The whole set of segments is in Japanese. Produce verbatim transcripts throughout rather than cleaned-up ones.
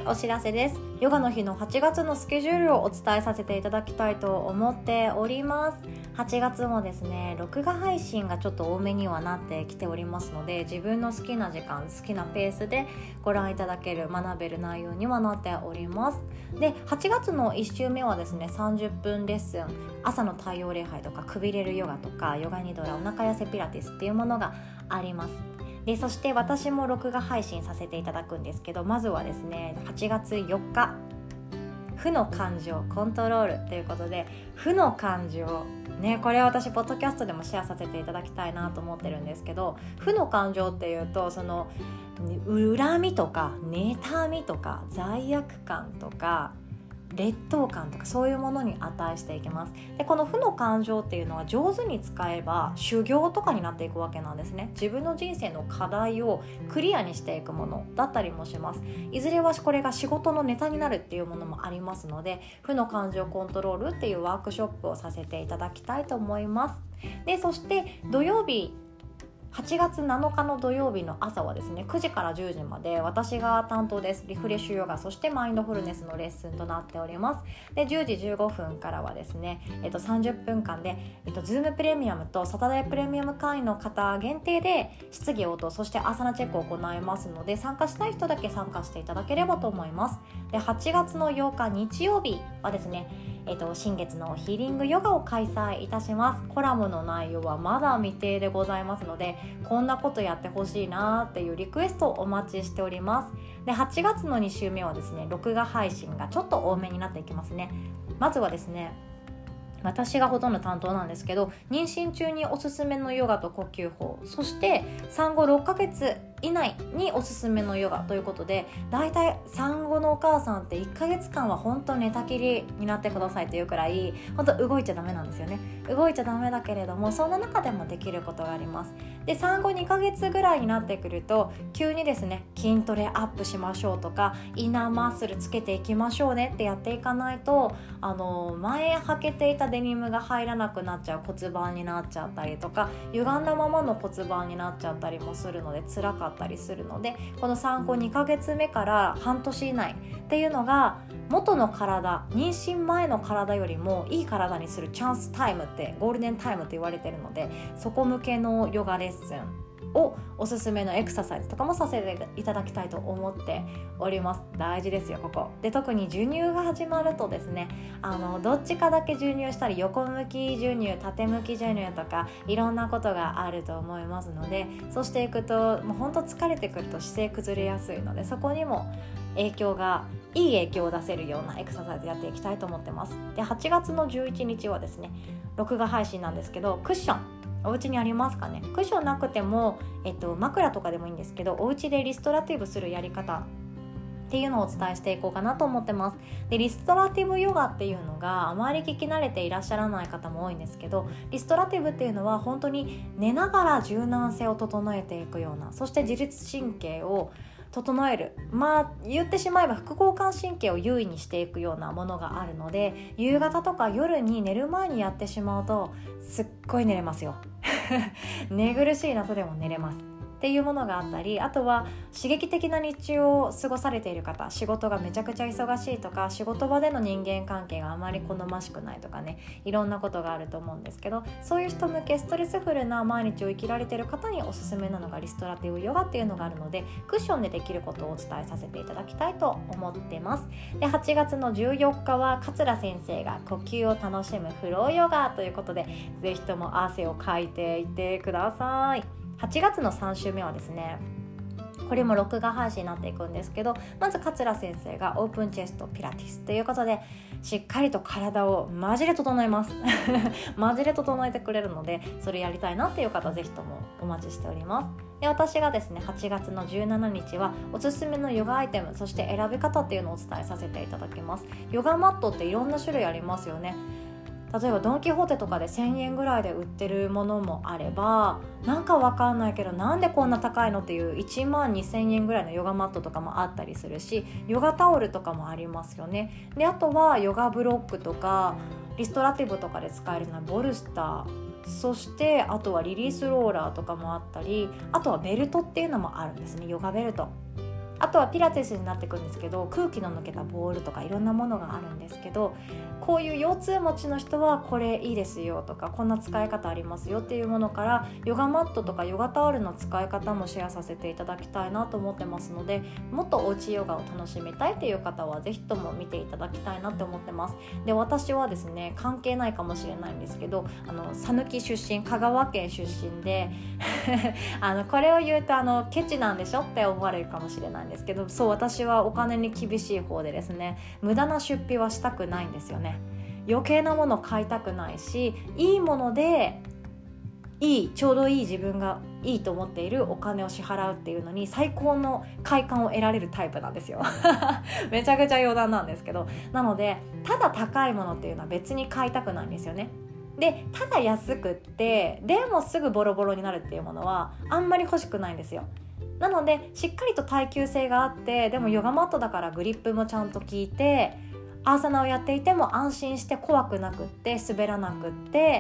い、お知らせです。ヨガの日のはちがつのスケジュールをお伝えさせていただきたいと思っております。はちがつもですね、録画配信がちょっと多めにはなってきておりますので、自分の好きな時間、好きなペースでご覧いただける、学べる内容にはなっております。で、はちがつのいっ週目はですね、さんじゅっぷんレッスン、朝の太陽礼拝とかくびれるヨガとかヨガニドラ、お腹痩せピラティスっていうものがあります。で、そして私も録画配信させていただくんですけど、まずはですね、はちがつよっか、負の感情コントロールということで、負の感情ね、これは私ポッドキャストでもシェアさせていただきたいなと思ってるんですけど、負の感情っていうと、その恨みとか妬みとか罪悪感とか劣等感とか、そういうものに値していきます。で、この負の感情っていうのは上手に使えば修行とかになっていくわけなんですね。自分の人生の課題をクリアにしていくものだったりもします。いずれはこれが仕事のネタになるっていうものもありますので、負の感情コントロールっていうワークショップをさせていただきたいと思います。で、そして土曜日はちがつなのかの土曜日の朝はですね、くじからじゅうじまで私が担当です。リフレッシュヨガ、そしてマインドフルネスのレッスンとなっております。で、じゅうじじゅうごふんからはですね、えっと、さんじゅっぷんかんで、えっと、Zoom プレミアムとサタデープレミアム会員の方限定で質疑応答、そしてアーサナチェックを行いますので、参加したい人だけ参加していただければと思います。で、はちがつのようか日曜日はですね、えっと、新月のヒーリングヨガを開催いたします。コラムの内容はまだ未定でございますので、こんなことやってほしいなっていうリクエストをお待ちしております。で、はちがつのに週目はですね、録画配信がちょっと多めになっていきますね。まずはですね、私がほとんど担当なんですけど、妊娠中におすすめのヨガと呼吸法、そして産後ろっかげつ以内におすすめのヨガということで、だいたい産後のお母さんっていっかげつかんは本当寝たきりになってくださいというくらい、本当動いちゃダメなんですよね。動いちゃダメだけれども、そんな中でもできることがあります。で、産後にかげつぐらいになってくると、急にですね、筋トレアップしましょうとか、インナーマッスルつけていきましょうねってやっていかないと、あの前履けていたデニムが入らなくなっちゃう骨盤になっちゃったりとか、歪んだままの骨盤になっちゃったりもするので辛かったりするので、この産後にかげつめから半年以内っていうのが元の体、妊娠前の体よりもいい体にするチャンスタイムって、ゴールデンタイムって言われてるので、そこ向けのヨガレッスンをおすすめのエクササイズとかもさせていただきたいと思っております。大事ですよ、ここで。特に授乳が始まるとですね、あのどっちかだけ授乳したり、横向き授乳、縦向き授乳とかいろんなことがあると思いますので、そうしていくともう本当疲れてくると姿勢崩れやすいので、そこにも影響がいい影響を出せるようなエクササイズやっていきたいと思ってます。で、はちがつのじゅういちにちはですね、録画配信なんですけど、クッションお家にありますかね。クッションなくても、えっと、枕とかでもいいんですけど、お家でリストラティブするやり方っていうのをお伝えしていこうかなと思ってます。で、リストラティブヨガっていうのがあまり聞き慣れていらっしゃらない方も多いんですけど、リストラティブっていうのは本当に寝ながら柔軟性を整えていくような、そして自律神経を整える、まあ言ってしまえば副交感神経を優位にしていくようなものがあるので、夕方とか夜に寝る前にやってしまうとすっごい寝れますよ寝苦しい夏でも寝れますっていうものがあったり、あとは刺激的な日中を過ごされている方、仕事がめちゃくちゃ忙しいとか、仕事場での人間関係があまり好ましくないとかね、いろんなことがあると思うんですけど、そういう人向け、ストレスフルな毎日を生きられている方におすすめなのがリストラティブヨガっていうのがあるので、クッションでできることをお伝えさせていただきたいと思ってます。で、はちがつのじゅうよっかは桂先生が呼吸を楽しむフローヨガということで、ぜひとも汗をかいていってください。はちがつのさん週目はですね、これも録画配信になっていくんですけど、まず桂先生がオープンチェストピラティスということで、しっかりと体をマジで整えますマジで整えてくれるので、それやりたいなっていう方、ぜひともお待ちしております。で、私がですね、はちがつのじゅうしちにちはおすすめのヨガアイテム、そして選び方っていうのをお伝えさせていただきます。ヨガマットっていろんな種類ありますよね。例えばドン・キホーテとかでせんえんぐらいで売ってるものもあれば、なんかわかんないけどなんでこんな高いのっていういちまんにせんえんぐらいのヨガマットとかもあったりするし、ヨガタオルとかもありますよね。で、あとはヨガブロックとかリストラティブとかで使えるのはボルスター、そしてあとはリリースローラーとかもあったり、あとはベルトっていうのもあるんですね。ヨガベルト、 あとはピラティスになってくるんですけど、空気の抜けたボールとかいろんなものがあるんですけど、こういう腰痛持ちの人はこれいいですよとか、こんな使い方ありますよっていうものから、ヨガマットとかヨガタオルの使い方もシェアさせていただきたいなと思ってますので、もっとおうちヨガを楽しみたいっていう方はぜひとも見ていただきたいなって思ってます。で、私はですね、関係ないかもしれないんですけど、あの讃岐出身、香川県出身であのこれを言うとあのケチなんでしょって思われるかもしれないんですけど、そう、私はお金に厳しい方でですね、無駄な出費はしたくないんですよね。余計なもの買いたくないし、いいものでいい、ちょうどいい、自分がいいと思っているお金を支払うっていうのに最高の快感を得られるタイプなんですよめちゃくちゃ余談なんですけど、なのでただ高いものっていうのは別に買いたくないんですよね。で、ただ安くってでもすぐボロボロになるっていうものはあんまり欲しくないんですよ。なのでしっかりと耐久性があって、でもヨガマットだからグリップもちゃんと効いて、アーサナをやっていても安心して怖くなくって滑らなくって、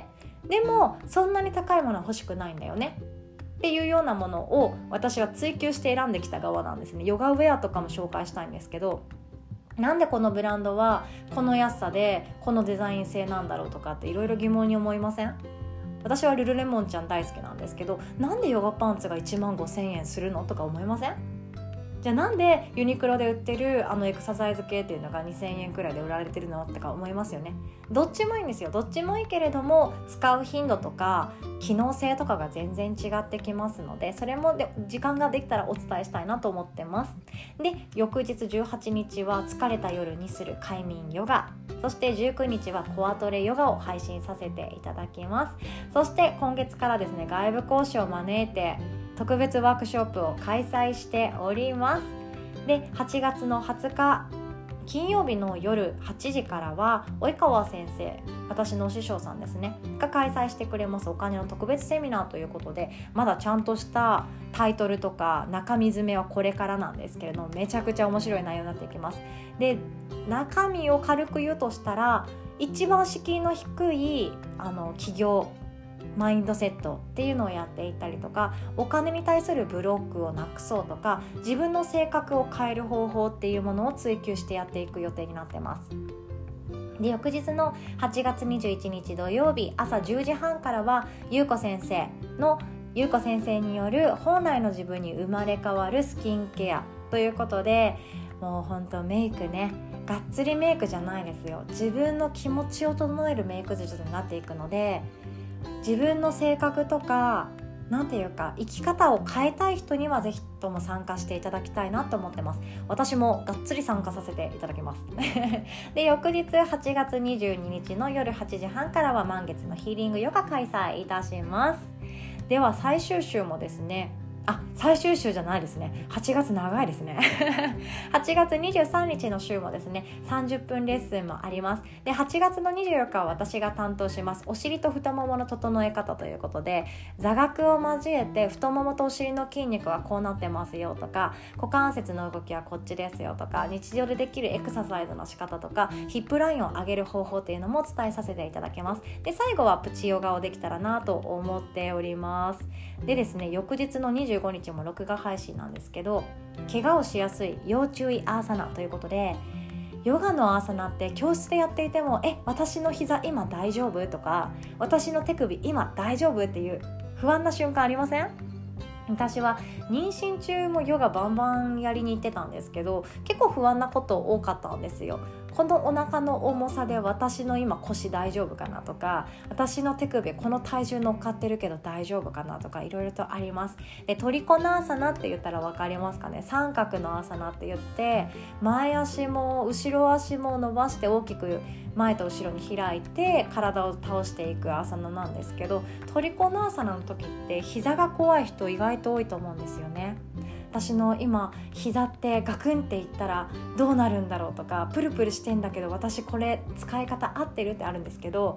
でもそんなに高いものは欲しくないんだよねっていうようなものを私は追求して選んできた側なんですね。ヨガウェアとかも紹介したいんですけど、なんでこのブランドはこの安さでこのデザイン性なんだろうとかっていろいろ疑問に思いません？私はルルレモンちゃん大好きなんですけど、なんでヨガパンツがいちまんごせんえんするのとか思いません？じゃあなんでユニクロで売ってるあのエクササイズ系っていうのがにせんえんくらいで売られてるのってか思いますよね。どっちもいいんですよ。どっちもいいけれども使う頻度とか機能性とかが全然違ってきますので、それもで時間ができたらお伝えしたいなと思ってます。で、翌日じゅうはちにちは疲れた夜にする快眠ヨガ、そしてじゅうくにちはコアトレヨガを配信させていただきます。そして今月からですね、外部講師を招いて特別ワークショップを開催しております。で、はちがつのはつか金曜日の夜はちじからは及川先生、私のお師匠さんですねが開催してくれますお金の特別セミナーということで、まだちゃんとしたタイトルとか中身詰めはこれからなんですけれども、めちゃくちゃ面白い内容になっていきます。で、中身を軽く言うとしたら、一番敷居の低いあの起業マインドセットっていうのをやっていったりとか、お金に対するブロックをなくそうとか、自分の性格を変える方法っていうものを追求してやっていく予定になってます。で、翌日のはちがつにじゅういちにち土曜日朝じゅうじはんからはゆうこ先生のゆうこ先生による本来の自分に生まれ変わるスキンケアということで、もうほんとメイクね、がっつりメイクじゃないですよ。自分の気持ちを整えるメイク術になっていくので、自分の性格とかなんていうか生き方を変えたい人にはぜひとも参加していただきたいなと思ってます。私もがっつり参加させていただきますで、翌日はちがつにじゅうににちの夜はちじはんからは満月のヒーリングヨガ開催いたします。では最終週もですね、あ、最終週じゃないですね、はちがつ長いですねはちがつにじゅうさんにちの週もですねさんじゅっぷんレッスンもあります。で、はちがつのにじゅうよっかは私が担当しますお尻と太ももの整え方ということで、座学を交えて太ももとお尻の筋肉はこうなってますよとか、股関節の動きはこっちですよとか、日常でできるエクササイズの仕方とか、ヒップラインを上げる方法っていうのもお伝えさせていただきます。で、最後はプチヨガをできたらなと思っております。でですね、翌日のにじゅうごにちも録画配信なんですけど、怪我をしやすい要注意アーサナということで、ヨガのアーサナって教室でやっていても、え、私の膝今大丈夫とか、私の手首今大丈夫っていう不安な瞬間ありません？私は妊娠中もヨガバンバンやりに行ってたんですけど、結構不安なこと多かったんですよ。このお腹の重さで私の今腰大丈夫かなとか、私の手首この体重乗っかってるけど大丈夫かなとか、いろいろとあります。で、トリコのアーサナって言ったら分かりますかね。三角のアーサナって言って、前足も後ろ足も伸ばして大きく前と後ろに開いて体を倒していくアーサナなんですけど、トリコのアーサナの時って膝が怖い人意外と多いと思うんですよね。私の今膝ってガクンっていったらどうなるんだろうとか、プルプルしてんだけど私これ使い方合ってるってあるんですけど、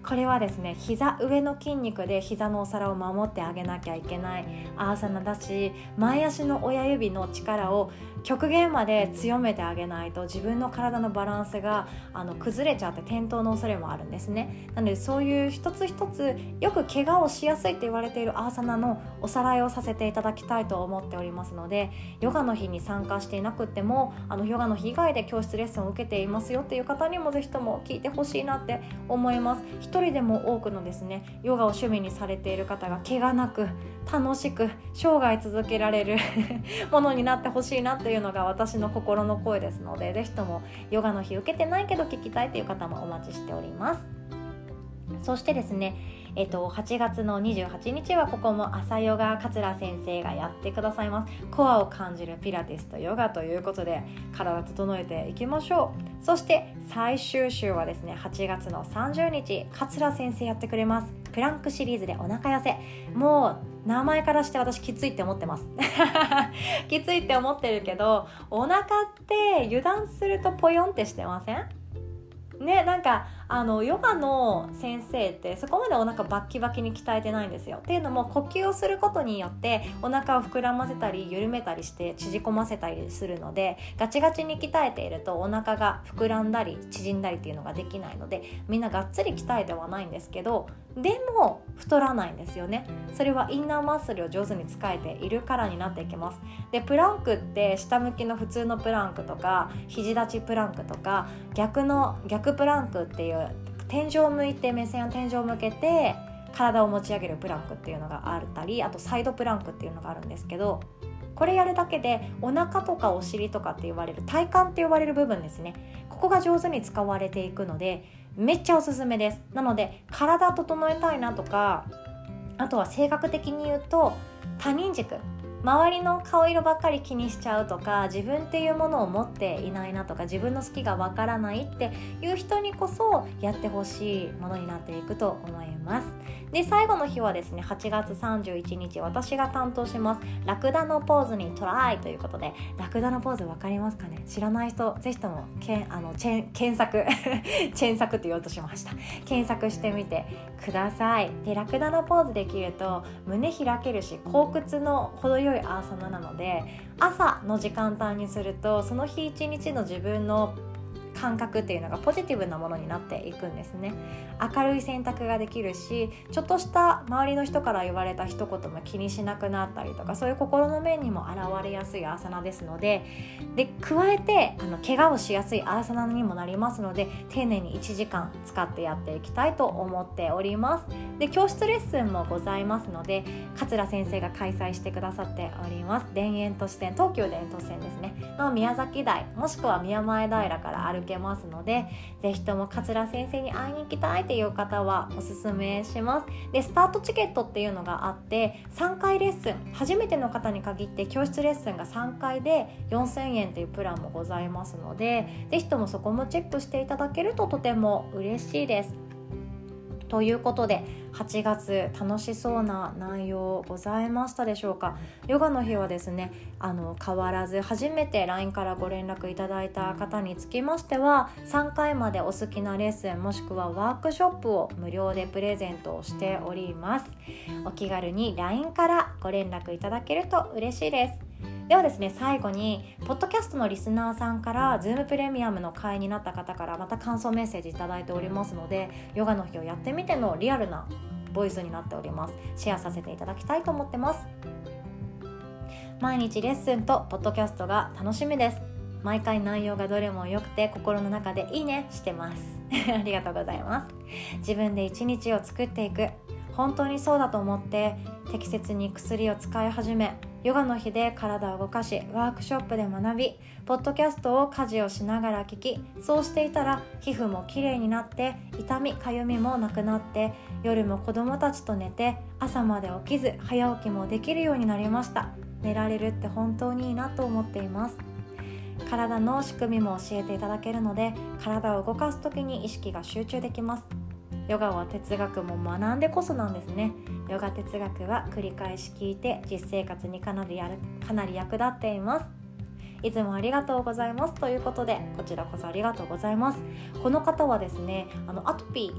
これはですね、膝上の筋肉で膝のお皿を守ってあげなきゃいけないアーサナだし、前足の親指の力を極限まで強めてあげないと自分の体のバランスがあの崩れちゃって転倒の恐れもあるんですね。なのでそういう一つ一つよく怪我をしやすいって言われているアーサナのおさらいをさせていただきたいと思っておりますので、ヨガの日に参加していなくてもあのヨガの日以外で教室レッスンを受けていますよっていう方にもぜひとも聞いてほしいなって思います。一人でも多くのですね、ヨガを趣味にされている方が怪我なく楽しく生涯続けられるものになってほしいなというのが私の心の声ですので、ぜひともヨガの日受けてないけど聞きたいという方もお待ちしております。そしてですね、えっと、はちがつのにじゅうはちにちはここも朝ヨガ桂先生がやってくださいます。コアを感じるピラティスとヨガということで体整えていきましょう。そして最終週はですね、はちがつのさんじゅうにち桂先生やってくれます。プランクシリーズでお腹寄せ。もう名前からして私きついって思ってますきついって思ってるけど、お腹って油断するとポヨンってしてませんね。なんかあのヨガの先生ってそこまでお腹バッキバキに鍛えてないんですよ。っていうのも呼吸をすることによってお腹を膨らませたり緩めたりして縮こませたりするので、ガチガチに鍛えているとお腹が膨らんだり縮んだりっていうのができないので、みんながっつり鍛えてはないんですけど、でも太らないんですよね。それはインナーマッスルを上手に使えているからになっていきます。でプランクって下向きの普通のプランクとか肘立ちプランクとか逆の逆プランクっていう天井を向いて目線を天井を向けて体を持ち上げるプランクっていうのがあったり、あとサイドプランクっていうのがあるんですけど、これやるだけでお腹とかお尻とかって言われる体幹って呼ばれる部分ですね、ここが上手に使われていくのでめっちゃおすすめです。なので体整えたいなとか、あとは性格的に言うと他人軸、周りの顔色ばっかり気にしちゃうとか、自分っていうものを持っていないなとか、自分の好きがわからないっていう人にこそやってほしいものになっていくと思います。で最後の日はですね、はちがつさんじゅういちにち私が担当しますラクダのポーズにトライということで、ラクダのポーズわかりますかね。知らない人ぜひともけあのチェン検索チェン索って言おうとしました。検索してみてください。でラクダのポーズできると胸開けるし、後屈の程よいアーサナなので、朝の時間帯にするとその日一日の自分の感覚っていうのがポジティブなものになっていくんですね。明るい選択ができるし、ちょっとした周りの人から言われた一言も気にしなくなったりとか、そういう心の面にも現れやすいアーサナですので、で加えてあの怪我をしやすいアーサナにもなりますので、丁寧にいちじかん使ってやっていきたいと思っております。で教室レッスンもございますので、桂先生が開催してくださっております。田園都市線、東急田園都市線ですねの宮崎台もしくは宮前平から歩けますので、ぜひとも桂先生に会いに行きたいという方はおすすめします。でスタートチケットっていうのがあって、さんかいレッスン、初めての方に限って教室レッスンがさんかいでよんせんえんというプランもございますので、ぜひともそこもチェックしていただけるととても嬉しいです。ということではちがつ楽しそうな内容ございましたでしょうか。ヨガの日はですね、あの変わらず初めて ライン からご連絡いただいた方につきましてはさんかいまでお好きなレッスンもしくはワークショップを無料でプレゼントをしております。お気軽に ライン からご連絡いただけると嬉しいです。ではですね、最後にポッドキャストのリスナーさんから Zoom プレミアムの会員になった方からまた感想メッセージいただいておりますので、ヨガの日をやってみてのリアルなボイスになっております。シェアさせていただきたいと思ってます。毎日レッスンとポッドキャストが楽しみです。毎回内容がどれも良くて心の中でいいねしてますありがとうございます。自分で一日を作っていく、本当にそうだと思って適切に薬を使い始め、ヨガの日で体を動かし、ワークショップで学び、ポッドキャストを家事をしながら聞き、そうしていたら皮膚もきれいになって痛みかゆみもなくなって、夜も子供たちと寝て朝まで起きず早起きもできるようになりました。寝られるって本当にいいなと思っています。体の仕組みも教えていただけるので、体を動かすときに意識が集中できます。ヨガは哲学も学んでこそなんですね。ヨガ哲学は繰り返し聞いて実生活にかなりやるかなり役立っています。いつもありがとうございますということで、こちらこそありがとうございます。この方はですね、あのアトピー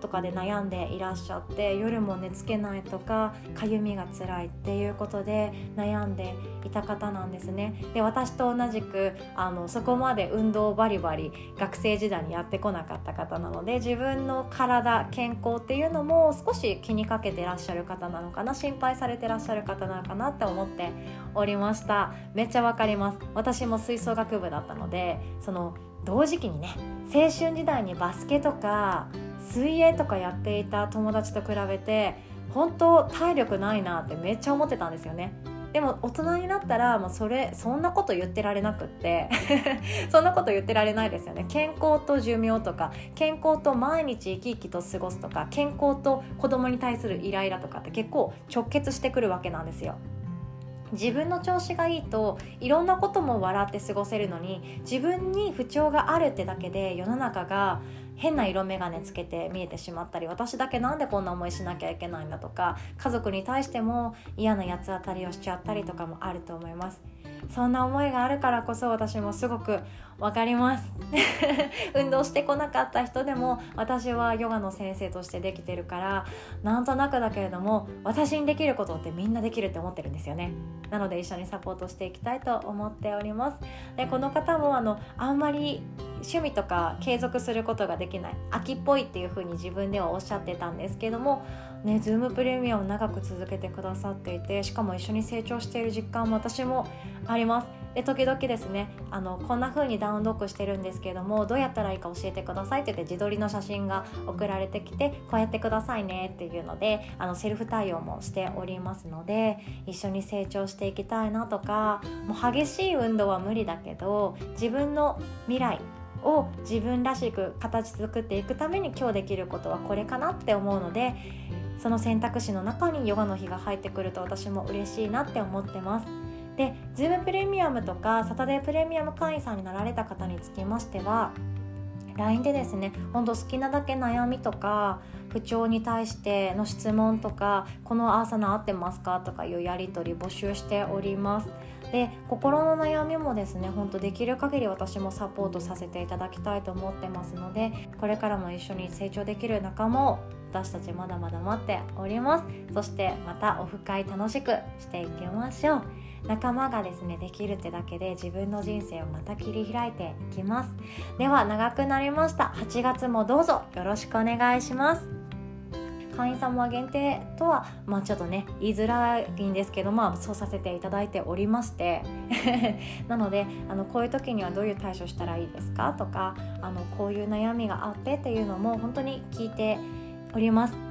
とかで悩んでいらっしゃって、夜も寝つけないとかかゆみが辛いっていうことで悩んでいた方なんですね。で、私と同じくあのそこまで運動をバリバリ学生時代にやってこなかった方なので、自分の体健康っていうのも少し気にかけてらっしゃる方なのかな、心配されてらっしゃる方なのかなって思っておりました。めっちゃわかります。私も吹奏楽部だったので、その同時期にね、青春時代にバスケとか水泳とかやっていた友達と比べて本当体力ないなってめっちゃ思ってたんですよね。でも大人になったらもうそれそんなこと言ってられなくってそんなこと言ってられないですよね。健康と寿命とか、健康と毎日生き生きと過ごすとか、健康と子供に対するイライラとかって結構直結してくるわけなんですよ。自分の調子がいいといろんなことも笑って過ごせるのに、自分に不調があるってだけで世の中が変な色眼鏡つけて見えてしまったり、私だけなんでこんな思いしなきゃいけないんだとか、家族に対しても嫌な八つ当たりをしちゃったりとかもあると思います。そんな思いがあるからこそ私もすごくわかります運動してこなかった人でも私はヨガの先生としてできてるから、なんとなくだけれども私にできることってみんなできるって思ってるんですよね。なので一緒にサポートしていきたいと思っております。で、この方もあのあんまり趣味とか継続することができない、秋っぽいっていう風に自分ではおっしゃってたんですけどもね、ズームプレミアムを長く続けてくださっていて、しかも一緒に成長している実感も私もあります。で、時々ですね、あのこんな風にダウンロックしてるんですけれどもどうやったらいいか教えてくださいって言って自撮りの写真が送られてきて、こうやってくださいねっていうのであのセルフ対応もしておりますので、一緒に成長していきたいなとか、もう激しい運動は無理だけど自分の未来を自分らしく形作っていくために今日できることはこれかなって思うので、その選択肢の中にヨガの日が入ってくると私も嬉しいなって思ってます。で、Zoom プレミアムとかサタデープレミアム会員さんになられた方につきましては ライン でですね、本当好きなだけ悩みとか不調に対しての質問とか、このアーサナ合ってますかとかいうやり取り募集しております。で、心の悩みもですね、本当できる限り私もサポートさせていただきたいと思ってますので、これからも一緒に成長できる仲間を私たちまだまだ待っております。そしてまたオフ会楽しくしていきましょう。仲間がですねできるってだけで自分の人生をまた切り開いていきます。では長くなりました。はちがつもどうぞよろしくお願いします。会員様限定とは、まあ、ちょっとね言いづらいんですけど、まあ、そうさせていただいておりましてなのであのこういう時にはどういう対処したらいいですかとか、あのこういう悩みがあってっていうのも本当に聞いております。